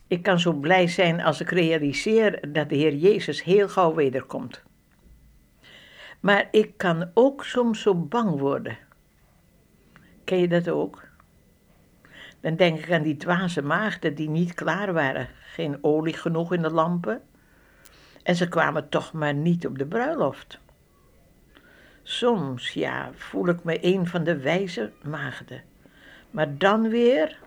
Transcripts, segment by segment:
Ik kan zo blij zijn als ik realiseer dat de Heer Jezus heel gauw wederkomt. Maar ik kan ook soms zo bang worden. Ken je dat ook? Dan denk ik aan die dwaze maagden die niet klaar waren. Geen olie genoeg in de lampen. En ze kwamen toch maar niet op de bruiloft. Soms, ja, voel ik me een van de wijze maagden. Maar dan weer,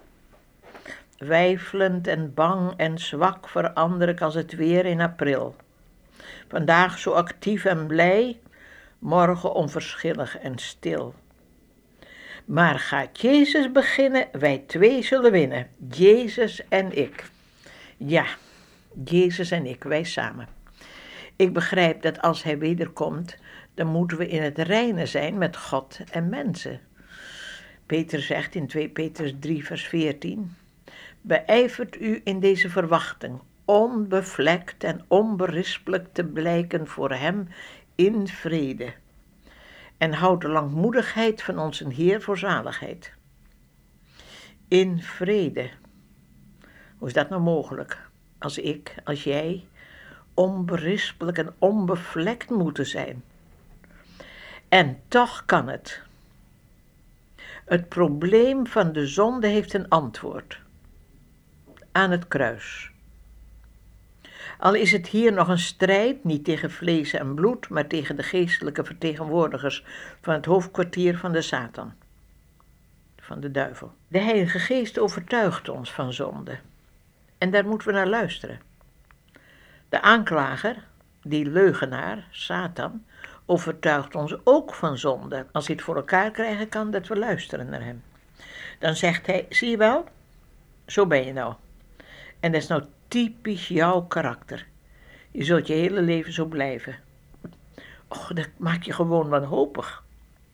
weifelend en bang en zwak verander ik als het weer in april. Vandaag zo actief en blij, morgen onverschillig en stil. Maar gaat Jezus beginnen, wij twee zullen winnen, Jezus en ik. Ja, Jezus en ik, wij samen. Ik begrijp dat als hij wederkomt, dan moeten we in het reine zijn met God en mensen. Peter zegt in 2 Petrus 3 vers 14, beijvert u in deze verwachting, onbevlekt en onberispelijk te blijken voor hem in vrede. En houd de langmoedigheid van onze Heer voor zaligheid. In vrede. Hoe is dat nou mogelijk? Als ik, als jij, onberispelijk en onbevlekt moeten zijn. En toch kan het. Het probleem van de zonde heeft een antwoord. Aan het kruis. Al is het hier nog een strijd, niet tegen vlees en bloed, maar tegen de geestelijke vertegenwoordigers van het hoofdkwartier van de Satan. Van de duivel. De Heilige Geest overtuigt ons van zonde. En daar moeten we naar luisteren. De aanklager, die leugenaar, Satan, overtuigt ons ook van zonde. Als hij het voor elkaar krijgen kan, dat we luisteren naar hem. Dan zegt hij, zie je wel, zo ben je nou. En dat is nou typisch jouw karakter. Je zult je hele leven zo blijven. Och, dat maakt je gewoon wanhopig.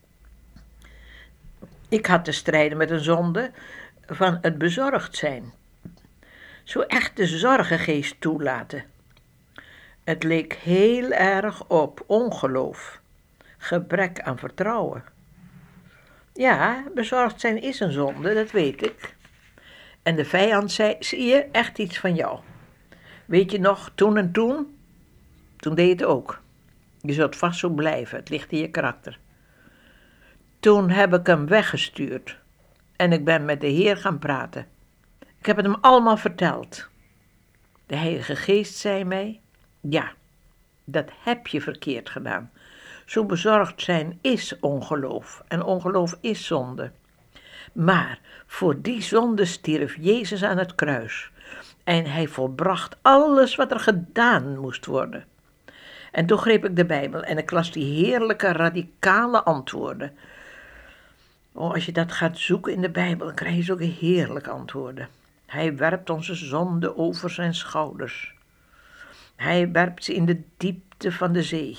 Ik had te strijden met een zonde van het bezorgd zijn. Zo echt de zorgengeest toelaten. Het leek heel erg op ongeloof, gebrek aan vertrouwen. Ja, bezorgd zijn is een zonde, dat weet ik. En de vijand zei, zie je, echt iets van jou. Weet je nog, toen en toen? Toen deed je het ook. Je zult vast zo blijven, het ligt in je karakter. Toen heb ik hem weggestuurd en ik ben met de Heer gaan praten. Ik heb het hem allemaal verteld. De Heilige Geest zei mij, ja, dat heb je verkeerd gedaan. Zo bezorgd zijn is ongeloof en ongeloof is zonde. Maar voor die zonde stierf Jezus aan het kruis en hij volbracht alles wat er gedaan moest worden. En toen greep ik de Bijbel en ik las die heerlijke radicale antwoorden. Oh, als je dat gaat zoeken in de Bijbel, dan krijg je zulke heerlijke antwoorden. Hij werpt onze zonde over zijn schouders. Hij werpt ze in de diepte van de zee.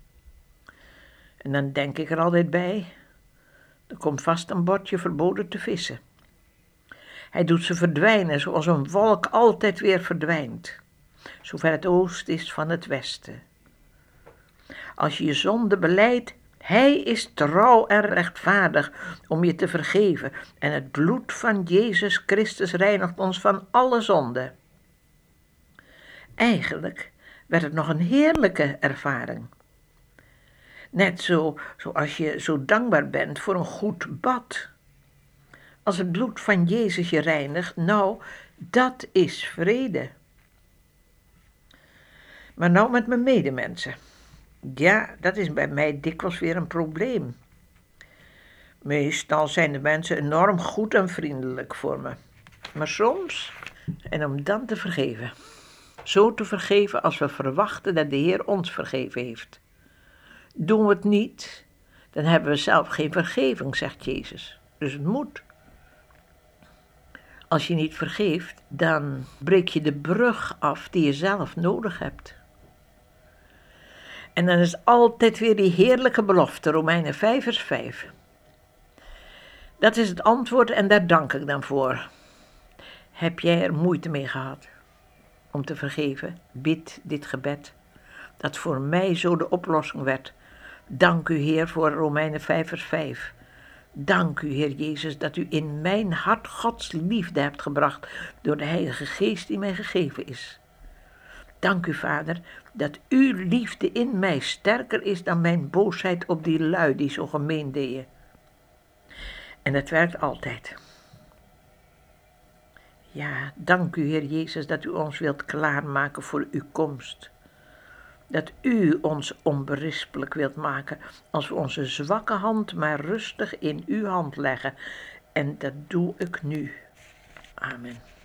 En dan denk ik er altijd bij, er komt vast een bordje verboden te vissen. Hij doet ze verdwijnen zoals een wolk altijd weer verdwijnt, zover het oosten is van het westen. Als je je zonde belijdt, hij is trouw en rechtvaardig om je te vergeven en het bloed van Jezus Christus reinigt ons van alle zonde. Eigenlijk werd het nog een heerlijke ervaring. Net zoals je zo dankbaar bent voor een goed bad. Als het bloed van Jezus je reinigt, nou, dat is vrede. Maar nou met mijn medemensen. Ja, dat is bij mij dikwijls weer een probleem. Meestal zijn de mensen enorm goed en vriendelijk voor me. Maar soms, en om dan te vergeven. Zo te vergeven als we verwachten dat de Heer ons vergeven heeft. Doen we het niet, dan hebben we zelf geen vergeving, zegt Jezus. Dus het moet. Als je niet vergeeft, dan breek je de brug af die je zelf nodig hebt. En dan is altijd weer die heerlijke belofte, Romeinen 5 vers 5. Dat is het antwoord en daar dank ik dan voor. Heb jij er moeite mee gehad om te vergeven? Bid dit gebed, dat voor mij zo de oplossing werd. Dank u, Heer, voor Romeinen 5 vers 5. Dank u, Heer Jezus, dat u in mijn hart Gods liefde hebt gebracht door de Heilige Geest die mij gegeven is. Dank u, Vader, dat uw liefde in mij sterker is dan mijn boosheid op die lui die zo gemeen deden. En het werkt altijd. Ja, dank u, Heer Jezus, dat u ons wilt klaarmaken voor uw komst. Dat u ons onberispelijk wilt maken als we onze zwakke hand maar rustig in uw hand leggen. En dat doe ik nu. Amen.